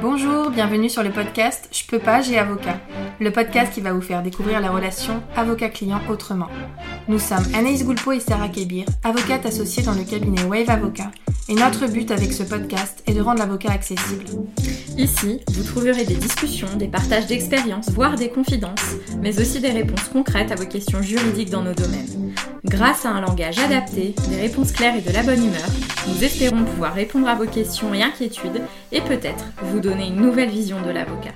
Bonjour, bienvenue sur le podcast Je peux pas, j'ai avocat. Le podcast qui va vous faire découvrir la relation avocat-client autrement. Nous sommes Anaïs Goulpeau et Sarah Kébir, avocates associées dans le cabinet Wave Avocat. Et notre but avec ce podcast est de rendre l'avocat accessible. Ici, vous trouverez des discussions, des partages d'expériences, voire des confidences, mais aussi des réponses concrètes à vos questions juridiques dans nos domaines. Grâce à un langage adapté, des réponses claires et de la bonne humeur, nous espérons pouvoir répondre à vos questions et inquiétudes et peut-être vous donner une nouvelle vision de l'avocat.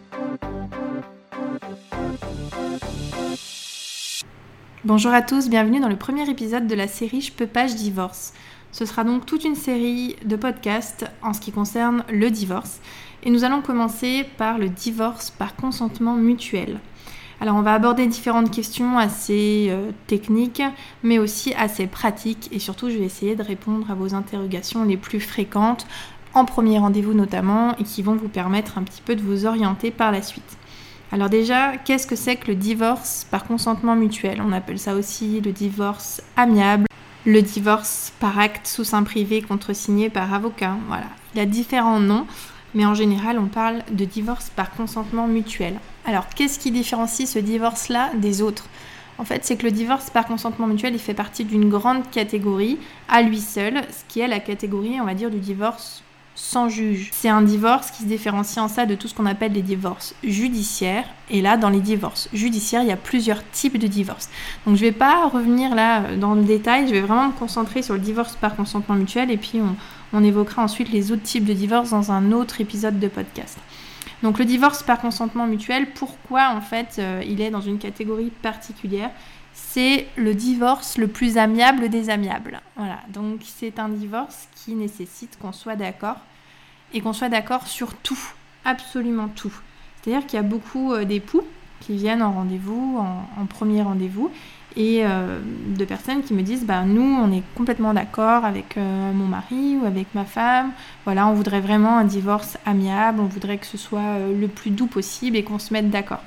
Bonjour à tous, bienvenue dans le premier épisode de la série Je peux pas, je divorce. Ce sera donc toute une série de podcasts en ce qui concerne le divorce. Et nous allons commencer par le divorce par consentement mutuel. Alors on va aborder différentes questions assez techniques, mais aussi assez pratiques. Et surtout, je vais essayer de répondre à vos interrogations les plus fréquentes, en premier rendez-vous notamment, et qui vont vous permettre un petit peu de vous orienter par la suite. Alors déjà, qu'est-ce que c'est que le divorce par consentement mutuel ? On appelle ça aussi le divorce amiable, le divorce par acte sous seing privé contresigné par avocat. Voilà, il y a différents noms, mais en général, on parle de divorce par consentement mutuel. Alors, qu'est-ce qui différencie ce divorce-là des autres ? En fait, c'est que le divorce par consentement mutuel, il fait partie d'une grande catégorie à lui seul, ce qui est la catégorie, on va dire, du divorce sans juge. C'est un divorce qui se différencie en ça de tout ce qu'on appelle les divorces judiciaires. Et là, dans les divorces judiciaires, il y a plusieurs types de divorces. Donc, je ne vais pas revenir là dans le détail. Je vais vraiment me concentrer sur le divorce par consentement mutuel. Et puis, on évoquera ensuite les autres types de divorces dans un autre épisode de podcast. Donc, le divorce par consentement mutuel, pourquoi en fait il est dans une catégorie particulière ? C'est le divorce le plus amiable des amiables. Voilà, donc c'est un divorce qui nécessite qu'on soit d'accord et qu'on soit d'accord sur tout, absolument tout. C'est-à-dire qu'il y a beaucoup d'époux qui viennent en rendez-vous, en premier rendez-vous, et de personnes qui me disent nous, on est complètement d'accord avec mon mari ou avec ma femme. Voilà, on voudrait vraiment un divorce amiable, on voudrait que ce soit le plus doux possible et qu'on se mette d'accord.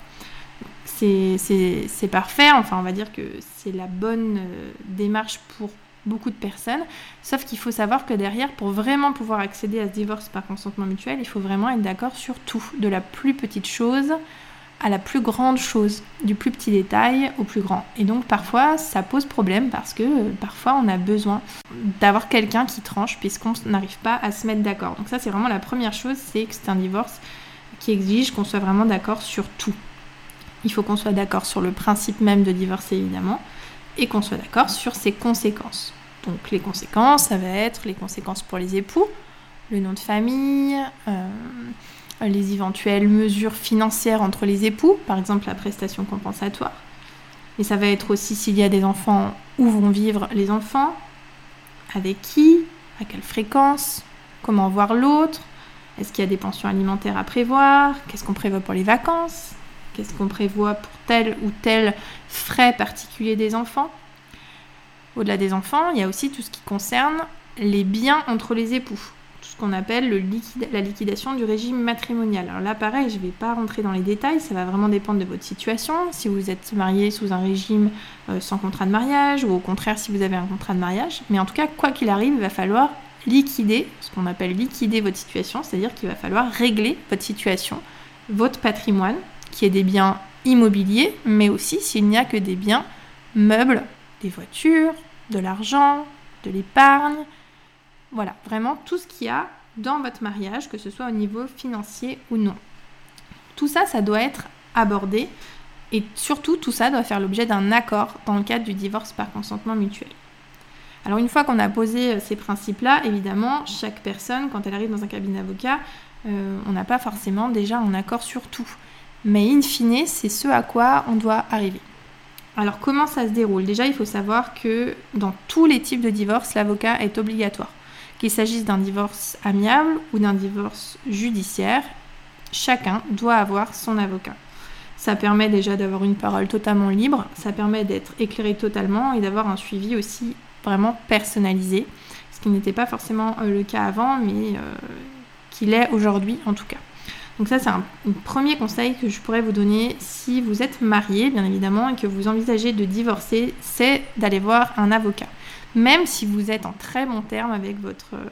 C'est parfait, enfin on va dire que c'est la bonne démarche pour beaucoup de personnes, sauf qu'il faut savoir que derrière, pour vraiment pouvoir accéder à ce divorce par consentement mutuel, il faut vraiment être d'accord sur tout, de la plus petite chose à la plus grande chose, du plus petit détail au plus grand. Et donc parfois ça pose problème parce que parfois on a besoin d'avoir quelqu'un qui tranche puisqu'on n'arrive pas à se mettre d'accord. Donc ça c'est vraiment la première chose, c'est que c'est un divorce qui exige qu'on soit vraiment d'accord sur tout. Il faut qu'on soit d'accord sur le principe même de divorcer, évidemment, et qu'on soit d'accord sur ses conséquences. Donc les conséquences, ça va être les conséquences pour les époux, le nom de famille, les éventuelles mesures financières entre les époux, par exemple la prestation compensatoire. Et ça va être aussi s'il y a des enfants, où vont vivre les enfants, avec qui, à quelle fréquence, comment voir l'autre, est-ce qu'il y a des pensions alimentaires à prévoir, qu'est-ce qu'on prévoit pour les vacances, qu'est-ce qu'on prévoit pour tel ou tel frais particuliers des enfants. Au-delà des enfants, il y a aussi tout ce qui concerne les biens entre les époux, tout ce qu'on appelle la liquidation du régime matrimonial. Alors là, pareil, je ne vais pas rentrer dans les détails, ça va vraiment dépendre de votre situation. Si vous êtes marié sous un régime sans contrat de mariage, ou au contraire si vous avez un contrat de mariage. Mais en tout cas, quoi qu'il arrive, il va falloir liquider, ce qu'on appelle liquider votre situation, c'est-à-dire qu'il va falloir régler votre situation, votre patrimoine, qui est des biens immobiliers, mais aussi s'il n'y a que des biens meubles, des voitures, de l'argent, de l'épargne. Voilà, vraiment tout ce qu'il y a dans votre mariage, que ce soit au niveau financier ou non. Tout ça, ça doit être abordé et surtout tout ça doit faire l'objet d'un accord dans le cadre du divorce par consentement mutuel. Alors une fois qu'on a posé ces principes-là, évidemment, chaque personne, quand elle arrive dans un cabinet d'avocat, on n'a pas forcément déjà un accord sur tout. Mais in fine, c'est ce à quoi on doit arriver. Alors comment ça se déroule ? Déjà, il faut savoir que dans tous les types de divorce, l'avocat est obligatoire. Qu'il s'agisse d'un divorce amiable ou d'un divorce judiciaire, chacun doit avoir son avocat. Ça permet déjà d'avoir une parole totalement libre, ça permet d'être éclairé totalement et d'avoir un suivi aussi vraiment personnalisé, ce qui n'était pas forcément le cas avant, mais qui l'est aujourd'hui en tout cas. Donc ça, c'est un premier conseil que je pourrais vous donner si vous êtes marié, bien évidemment, et que vous envisagez de divorcer, c'est d'aller voir un avocat. Même si vous êtes en très bon terme avec votre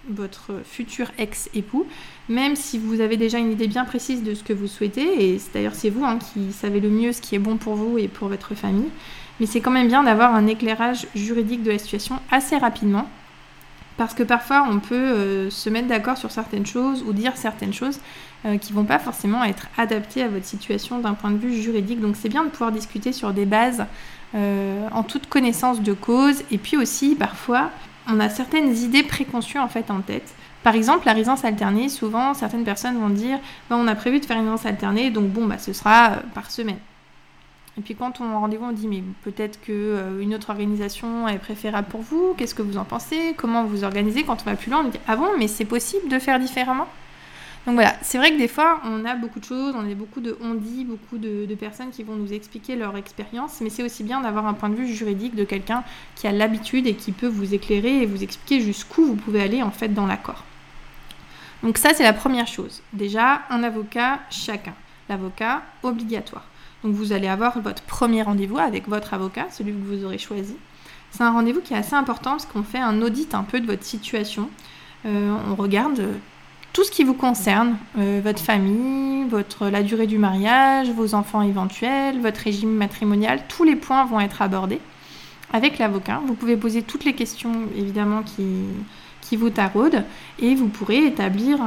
votre futur ex-époux, même si vous avez déjà une idée bien précise de ce que vous souhaitez, et d'ailleurs c'est vous qui savez le mieux ce qui est bon pour vous et pour votre famille, mais c'est quand même bien d'avoir un éclairage juridique de la situation assez rapidement, parce que parfois on peut se mettre d'accord sur certaines choses ou dire certaines choses qui ne vont pas forcément être adaptées à votre situation d'un point de vue juridique. Donc c'est bien de pouvoir discuter sur des bases en toute connaissance de cause. Et puis aussi, parfois, on a certaines idées préconçues en fait en tête. Par exemple, la résidence alternée, souvent, certaines personnes vont dire on a prévu de faire une résidence alternée, donc ce sera par semaine. Et puis quand on a rendez-vous, on dit mais peut-être qu'une autre organisation est préférable pour vous, qu'est-ce que vous en pensez, comment vous organisez. Quand on va plus loin, on dit ah bon, mais c'est possible de faire différemment. Donc voilà, c'est vrai que des fois on a beaucoup de choses, on a beaucoup de personnes qui vont nous expliquer leur expérience, mais c'est aussi bien d'avoir un point de vue juridique de quelqu'un qui a l'habitude et qui peut vous éclairer et vous expliquer jusqu'où vous pouvez aller en fait dans l'accord. Donc ça c'est la première chose. Déjà, un avocat chacun. L'avocat obligatoire. Donc vous allez avoir votre premier rendez-vous avec votre avocat, celui que vous aurez choisi. C'est un rendez-vous qui est assez important parce qu'on fait un audit un peu de votre situation. On regarde tout ce qui vous concerne, votre famille, la durée du mariage, vos enfants éventuels, votre régime matrimonial. Tous les points vont être abordés avec l'avocat. Vous pouvez poser toutes les questions évidemment qui vous taraudent et vous pourrez établir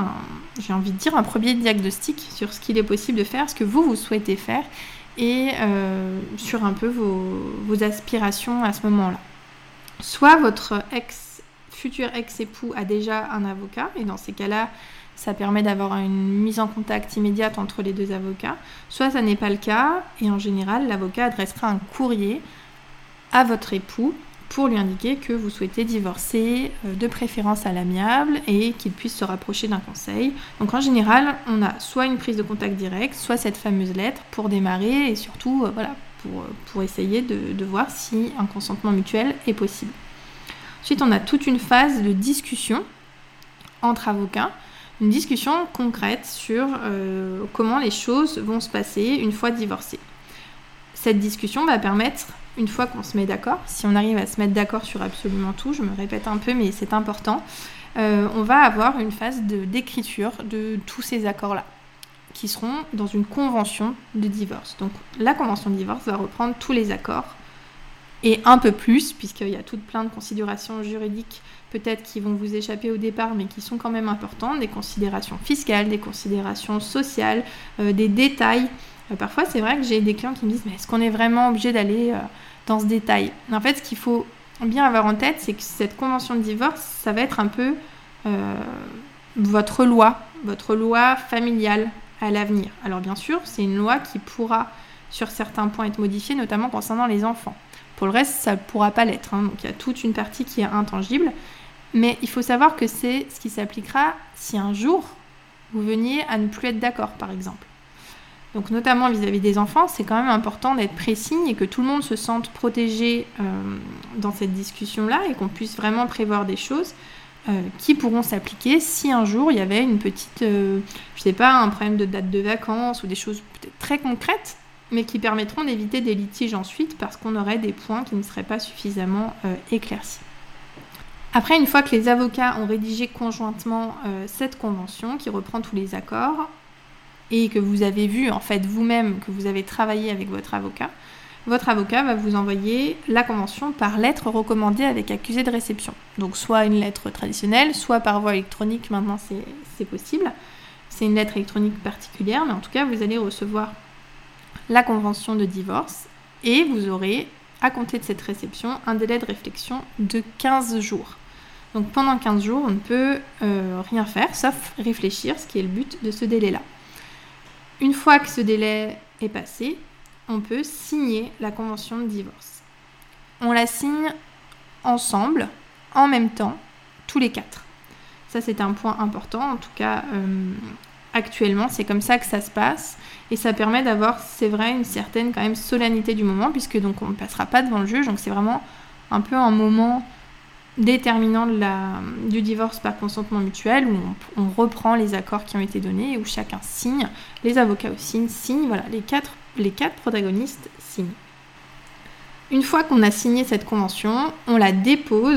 un premier diagnostic sur ce qu'il est possible de faire, ce que vous souhaitez faire et sur un peu vos aspirations à ce moment-là. Soit votre futur ex-époux a déjà un avocat, et dans ces cas-là, ça permet d'avoir une mise en contact immédiate entre les deux avocats. Soit ça n'est pas le cas, et en général, l'avocat adressera un courrier à votre époux pour lui indiquer que vous souhaitez divorcer, de préférence à l'amiable, et qu'il puisse se rapprocher d'un conseil. Donc en général, on a soit une prise de contact directe, soit cette fameuse lettre pour démarrer, et surtout pour essayer de voir si un consentement mutuel est possible. Ensuite, on a toute une phase de discussion entre avocats, une discussion concrète sur comment les choses vont se passer une fois divorcés. Cette discussion va permettre, une fois qu'on se met d'accord, si on arrive à se mettre d'accord sur absolument tout, je me répète un peu mais c'est important, on va avoir une phase d'écriture de tous ces accords-là, qui seront dans une convention de divorce. Donc la convention de divorce va reprendre tous les accords, et un peu plus, puisqu'il y a plein de considérations juridiques peut-être qui vont vous échapper au départ, mais qui sont quand même importantes, des considérations fiscales, des considérations sociales, des détails. Parfois, c'est vrai que j'ai des clients qui me disent « mais est-ce qu'on est vraiment obligé d'aller dans ce détail ?» En fait, ce qu'il faut bien avoir en tête, c'est que cette convention de divorce, ça va être un peu votre loi familiale à l'avenir. Alors bien sûr, c'est une loi qui pourra, sur certains points, être modifiée, notamment concernant les enfants. Pour le reste, ça ne pourra pas l'être. Donc il y a toute une partie qui est intangible. Mais il faut savoir que c'est ce qui s'appliquera si un jour, vous veniez à ne plus être d'accord, par exemple. Donc notamment vis-à-vis des enfants, c'est quand même important d'être précis et que tout le monde se sente protégé dans cette discussion-là et qu'on puisse vraiment prévoir des choses qui pourront s'appliquer si un jour il y avait une petite, un problème de date de vacances ou des choses peut-être très concrètes, mais qui permettront d'éviter des litiges ensuite parce qu'on aurait des points qui ne seraient pas suffisamment éclaircis. Après, une fois que les avocats ont rédigé conjointement cette convention qui reprend tous les accords et que vous avez vu en fait vous-même, que vous avez travaillé avec votre avocat va vous envoyer la convention par lettre recommandée avec accusé de réception. Donc soit une lettre traditionnelle, soit par voie électronique, maintenant c'est possible. C'est une lettre électronique particulière, mais en tout cas vous allez recevoir la convention de divorce et vous aurez, à compter de cette réception, un délai de réflexion de 15 jours. Donc pendant 15 jours, on ne peut rien faire sauf réfléchir, ce qui est le but de ce délai-là. Une fois que ce délai est passé, on peut signer la convention de divorce. On la signe ensemble, en même temps, tous les 4. Ça, c'est un point important. En tout cas, actuellement, c'est comme ça que ça se passe. Et ça permet d'avoir, c'est vrai, une certaine quand même solennité du moment, puisque donc on ne passera pas devant le juge. Donc c'est vraiment un peu un moment déterminant du divorce par consentement mutuel, où on reprend les accords qui ont été donnés, et où chacun signe, les avocats aussi signent, voilà, les quatre protagonistes signent. Une fois qu'on a signé cette convention, on la dépose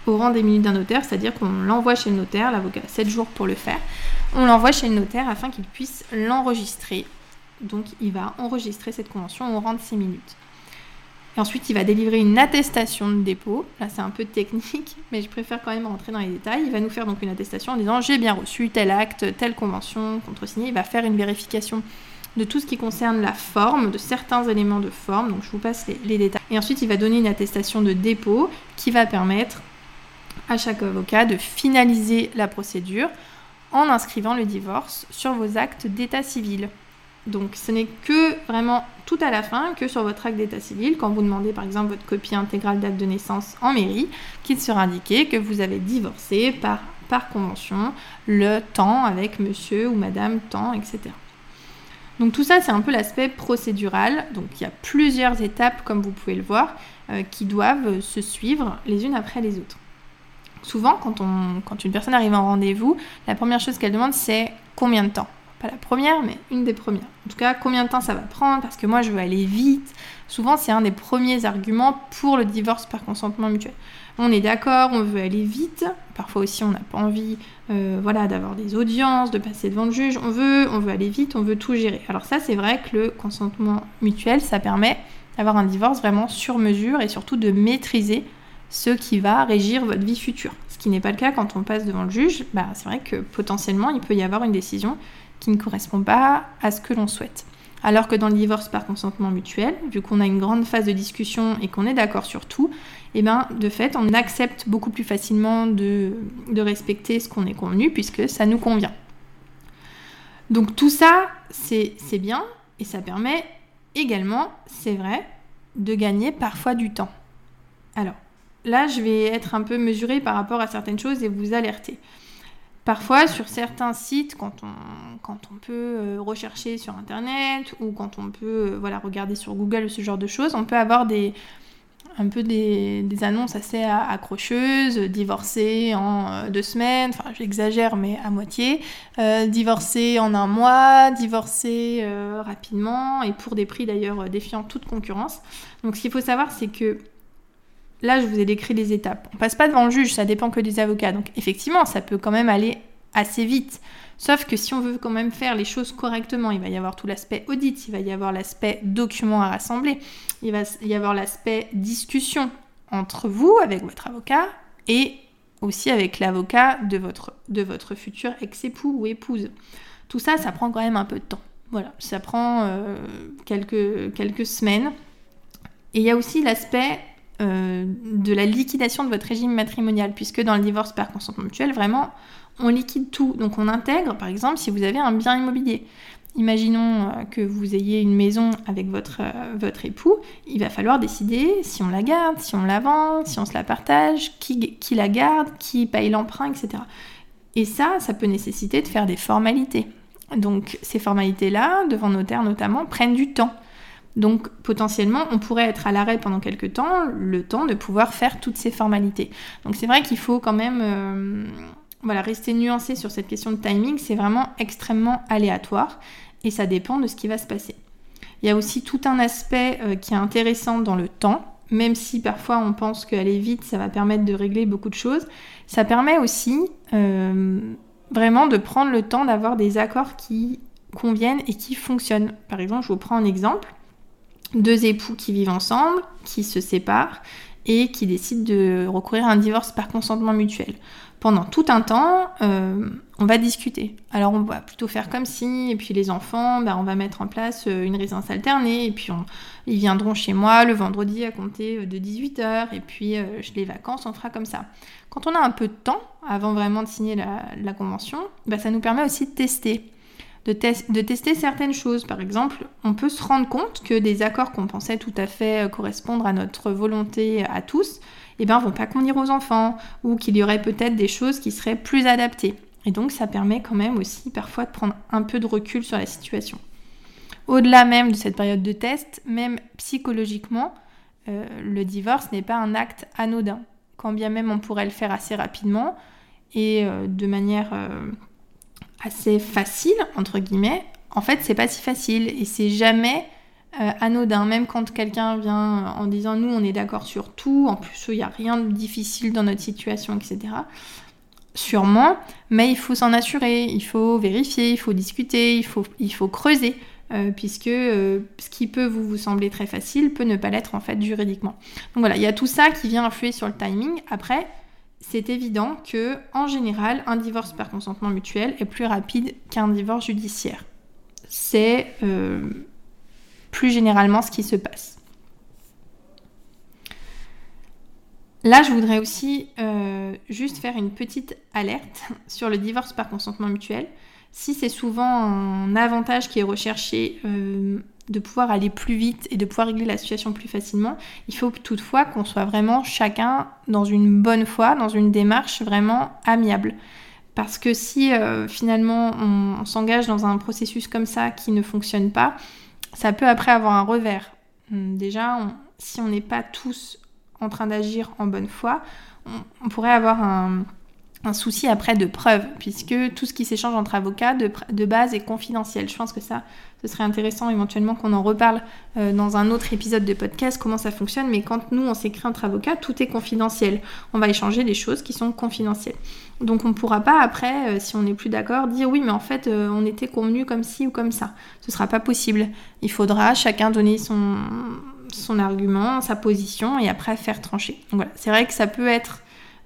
au rang des minutes d'un notaire, c'est-à-dire qu'on l'envoie chez le notaire, l'avocat a 7 jours pour le faire, on l'envoie chez le notaire afin qu'il puisse l'enregistrer. Donc il va enregistrer cette convention au rang de 6 minutes. Et ensuite, il va délivrer une attestation de dépôt. Là, c'est un peu technique, mais je préfère quand même rentrer dans les détails. Il va nous faire donc une attestation en disant « J'ai bien reçu tel acte, telle convention contresigné ». Il va faire une vérification de tout ce qui concerne la forme, de certains éléments de forme. Donc, je vous passe les détails. Et ensuite, il va donner une attestation de dépôt qui va permettre à chaque avocat de finaliser la procédure en inscrivant le divorce sur vos actes d'état civil. Donc ce n'est que vraiment tout à la fin, que sur votre acte d'état civil, quand vous demandez par exemple votre copie intégrale d'acte de naissance en mairie, qu'il sera indiqué que vous avez divorcé par convention le temps avec monsieur ou madame temps, etc. Donc tout ça, c'est un peu l'aspect procédural. Donc il y a plusieurs étapes, comme vous pouvez le voir, qui doivent se suivre les unes après les autres. Souvent, quand une personne arrive en rendez-vous, la première chose qu'elle demande, c'est combien de temps ? Pas la première, mais une des premières. En tout cas, combien de temps ça va prendre ? Parce que moi, je veux aller vite. Souvent, c'est un des premiers arguments pour le divorce par consentement mutuel. On est d'accord, on veut aller vite. Parfois aussi, on n'a pas envie d'avoir des audiences, de passer devant le juge. On veut aller vite, on veut tout gérer. Alors ça, c'est vrai que le consentement mutuel, ça permet d'avoir un divorce vraiment sur mesure et surtout de maîtriser ce qui va régir votre vie future. Ce qui n'est pas le cas quand on passe devant le juge. C'est vrai que potentiellement, il peut y avoir une décision qui ne correspond pas à ce que l'on souhaite. Alors que dans le divorce par consentement mutuel, vu qu'on a une grande phase de discussion et qu'on est d'accord sur tout, de fait, on accepte beaucoup plus facilement de respecter ce qu'on est convenu puisque ça nous convient. Donc tout ça, c'est bien et ça permet également, c'est vrai, de gagner parfois du temps. Alors, là, je vais être un peu mesurée par rapport à certaines choses et vous alerter. Parfois, sur certains sites, quand on peut rechercher sur Internet ou quand on peut regarder sur Google ou ce genre de choses, on peut avoir des annonces assez accrocheuses, divorcer en 2 semaines, enfin j'exagère mais à moitié, divorcer en 1 mois, divorcer rapidement et pour des prix d'ailleurs défiant toute concurrence. Donc ce qu'il faut savoir, c'est que là, je vous ai décrit les étapes. On passe pas devant le juge, ça dépend que des avocats. Donc, effectivement, ça peut quand même aller assez vite. Sauf que si on veut quand même faire les choses correctement, il va y avoir tout l'aspect audit, il va y avoir l'aspect document à rassembler, il va y avoir l'aspect discussion entre vous, avec votre avocat, et aussi avec l'avocat de votre futur ex-époux ou épouse. Tout ça, ça prend quand même un peu de temps. Voilà, ça prend quelques semaines. Et il y a aussi l'aspect de la liquidation de votre régime matrimonial, puisque dans le divorce par consentement mutuel, vraiment, on liquide tout. Donc on intègre, par exemple, si vous avez un bien immobilier. Imaginons que vous ayez une maison avec votre époux, il va falloir décider si on la garde, si on la vend, si on se la partage, qui la garde, qui paye l'emprunt, etc. Et ça peut nécessiter de faire des formalités. Donc ces formalités-là, devant notaire notamment, prennent du temps. Donc potentiellement, on pourrait être à l'arrêt pendant quelques temps, le temps de pouvoir faire toutes ces formalités. Donc c'est vrai qu'il faut quand même rester nuancé sur cette question de timing, c'est vraiment extrêmement aléatoire et ça dépend de ce qui va se passer. Il y a aussi tout un aspect qui est intéressant dans le temps, même si parfois on pense qu'aller vite, ça va permettre de régler beaucoup de choses. Ça permet aussi vraiment de prendre le temps d'avoir des accords qui conviennent et qui fonctionnent. Par exemple, je vous prends un exemple. 2 époux qui vivent ensemble, qui se séparent et qui décident de recourir à un divorce par consentement mutuel. Pendant tout un temps, on va discuter. Alors on va plutôt faire comme si, et puis les enfants, on va mettre en place une résidence alternée, et puis ils viendront chez moi le vendredi à compter de 18h, et puis les vacances, on fera comme ça. Quand on a un peu de temps, avant vraiment de signer la convention, ça nous permet aussi de tester. De tester certaines choses. Par exemple, on peut se rendre compte que des accords qu'on pensait tout à fait correspondre à notre volonté à tous, vont pas convenir aux enfants, ou qu'il y aurait peut-être des choses qui seraient plus adaptées. Et donc, ça permet quand même aussi parfois de prendre un peu de recul sur la situation. Au-delà même de cette période de test, même psychologiquement, le divorce n'est pas un acte anodin. Quand bien même on pourrait le faire assez rapidement et de manière assez facile, entre guillemets, en fait, c'est pas si facile et c'est jamais anodin, même quand quelqu'un vient en disant nous on est d'accord sur tout, en plus il n'y a rien de difficile dans notre situation, etc. Sûrement, mais il faut s'en assurer, il faut vérifier, il faut discuter, il faut creuser, puisque ce qui peut vous sembler très facile peut ne pas l'être en fait juridiquement. Donc voilà, il y a tout ça qui vient influer sur le timing. Après, c'est évident que en général, un divorce par consentement mutuel est plus rapide qu'un divorce judiciaire. C'est plus généralement ce qui se passe. Là, je voudrais aussi juste faire une petite alerte sur le divorce par consentement mutuel. Si c'est souvent un avantage qui est recherché de pouvoir aller plus vite et de pouvoir régler la situation plus facilement, il faut toutefois qu'on soit vraiment chacun dans une bonne foi, dans une démarche vraiment amiable. Parce que si finalement on s'engage dans un processus comme ça qui ne fonctionne pas, ça peut après avoir un revers. Déjà, si on n'est pas tous en train d'agir en bonne foi, on pourrait avoir un souci après de preuve, puisque tout ce qui s'échange entre avocats de base est confidentiel. Je pense que ça, ce serait intéressant éventuellement qu'on en reparle dans un autre épisode de podcast, comment ça fonctionne, mais quand nous on s'écrit entre avocats, tout est confidentiel. On va échanger des choses qui sont confidentielles. Donc on ne pourra pas après, si on n'est plus d'accord, dire oui mais en fait on était convenu comme ci ou comme ça. Ce ne sera pas possible. Il faudra chacun donner son argument, sa position et après faire trancher. Donc voilà, c'est vrai que ça peut être...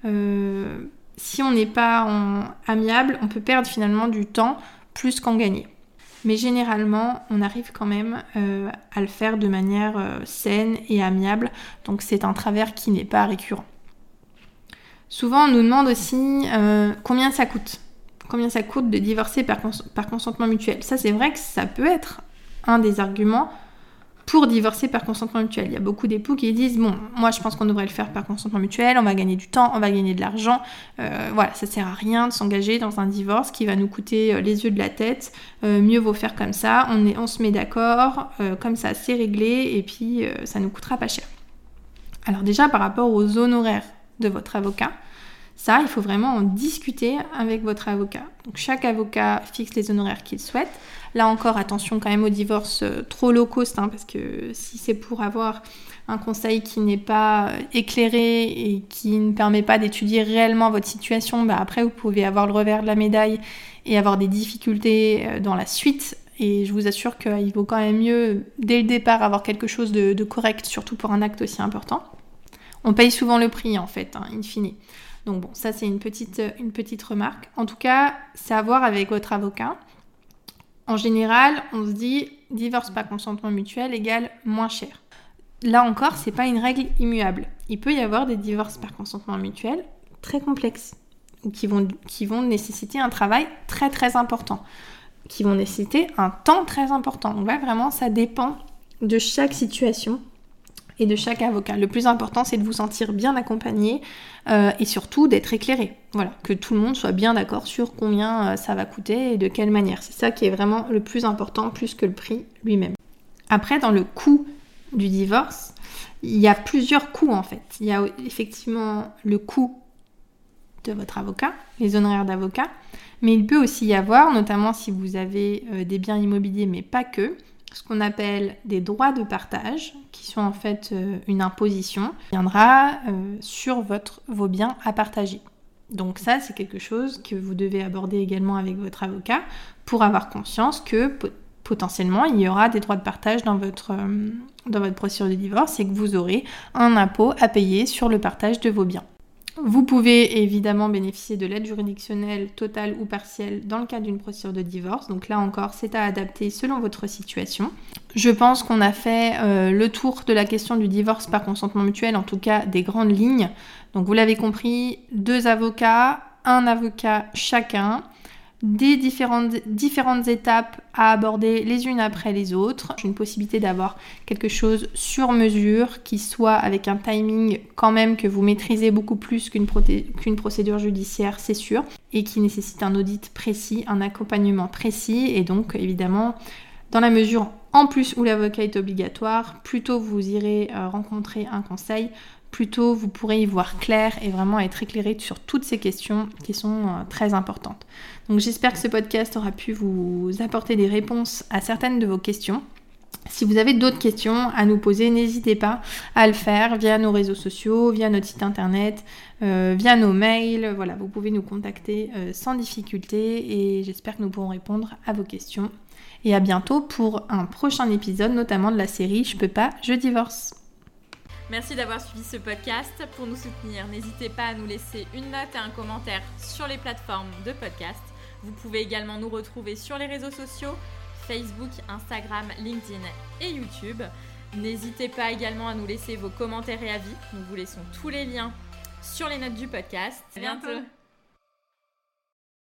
si on n'est pas amiable, on peut perdre finalement du temps plus qu'en gagner. Mais généralement, on arrive quand même à le faire de manière saine et amiable. Donc c'est un travers qui n'est pas récurrent. Souvent, on nous demande aussi combien ça coûte. Combien ça coûte de divorcer par consentement mutuel. Ça, c'est vrai que ça peut être un des arguments pour divorcer par consentement mutuel. Il y a beaucoup d'époux qui disent « Bon, moi je pense qu'on devrait le faire par consentement mutuel, on va gagner du temps, on va gagner de l'argent. Voilà, ça sert à rien de s'engager dans un divorce qui va nous coûter les yeux de la tête. Mieux vaut faire comme ça, on se met d'accord, comme ça c'est réglé et puis ça nous coûtera pas cher. » Alors déjà, par rapport aux honoraires de votre avocat, ça, il faut vraiment en discuter avec votre avocat. Donc chaque avocat fixe les honoraires qu'il souhaite. Là encore, attention quand même aux divorces trop low cost, parce que si c'est pour avoir un conseil qui n'est pas éclairé et qui ne permet pas d'étudier réellement votre situation, après vous pouvez avoir le revers de la médaille et avoir des difficultés dans la suite. Et je vous assure qu'il vaut quand même mieux, dès le départ, avoir quelque chose de correct, surtout pour un acte aussi important. On paye souvent le prix, en fait, in fine. Donc bon, ça c'est une petite remarque. En tout cas, c'est à voir avec votre avocat. En général, on se dit divorce par consentement mutuel égale moins cher. Là encore, c'est pas une règle immuable. Il peut y avoir des divorces par consentement mutuel très complexes ou qui vont nécessiter un travail très très important, qui vont nécessiter un temps très important. Donc là, vraiment, ça dépend de chaque situation et de chaque avocat. Le plus important, c'est de vous sentir bien accompagné et surtout d'être éclairé. Voilà, que tout le monde soit bien d'accord sur combien ça va coûter et de quelle manière. C'est ça qui est vraiment le plus important, plus que le prix lui-même. Après, dans le coût du divorce, il y a plusieurs coûts en fait. Il y a effectivement le coût de votre avocat, les honoraires d'avocat, mais il peut aussi y avoir, notamment si vous avez des biens immobiliers, mais pas que, ce qu'on appelle des droits de partage, qui sont en fait une imposition, qui viendra sur vos biens à partager. Donc ça, c'est quelque chose que vous devez aborder également avec votre avocat pour avoir conscience que potentiellement, il y aura des droits de partage dans votre procédure de divorce et que vous aurez un impôt à payer sur le partage de vos biens. Vous pouvez évidemment bénéficier de l'aide juridictionnelle totale ou partielle dans le cadre d'une procédure de divorce. Donc là encore, c'est à adapter selon votre situation. Je pense qu'on a fait le tour de la question du divorce par consentement mutuel, en tout cas des grandes lignes. Donc vous l'avez compris, 2 avocats, un avocat chacun, des différentes étapes à aborder les unes après les autres. Une possibilité d'avoir quelque chose sur mesure qui soit avec un timing quand même que vous maîtrisez beaucoup plus qu'une procédure judiciaire, c'est sûr, et qui nécessite un audit précis, un accompagnement précis, et donc évidemment dans la mesure en plus où l'avocat est obligatoire, plus tôt vous irez rencontrer un conseil, plus tôt vous pourrez y voir clair et vraiment être éclairé sur toutes ces questions qui sont très importantes. Donc j'espère que ce podcast aura pu vous apporter des réponses à certaines de vos questions. Si vous avez d'autres questions à nous poser, n'hésitez pas à le faire via nos réseaux sociaux, via notre site internet, via nos mails. Voilà, vous pouvez nous contacter sans difficulté et j'espère que nous pourrons répondre à vos questions. Et à bientôt pour un prochain épisode, notamment de la série Je peux pas, je divorce. Merci d'avoir suivi ce podcast. Pour nous soutenir, n'hésitez pas à nous laisser une note et un commentaire sur les plateformes de podcast. Vous pouvez également nous retrouver sur les réseaux sociaux, Facebook, Instagram, LinkedIn et YouTube. N'hésitez pas également à nous laisser vos commentaires et avis. Nous vous laissons tous les liens sur les notes du podcast. À bientôt.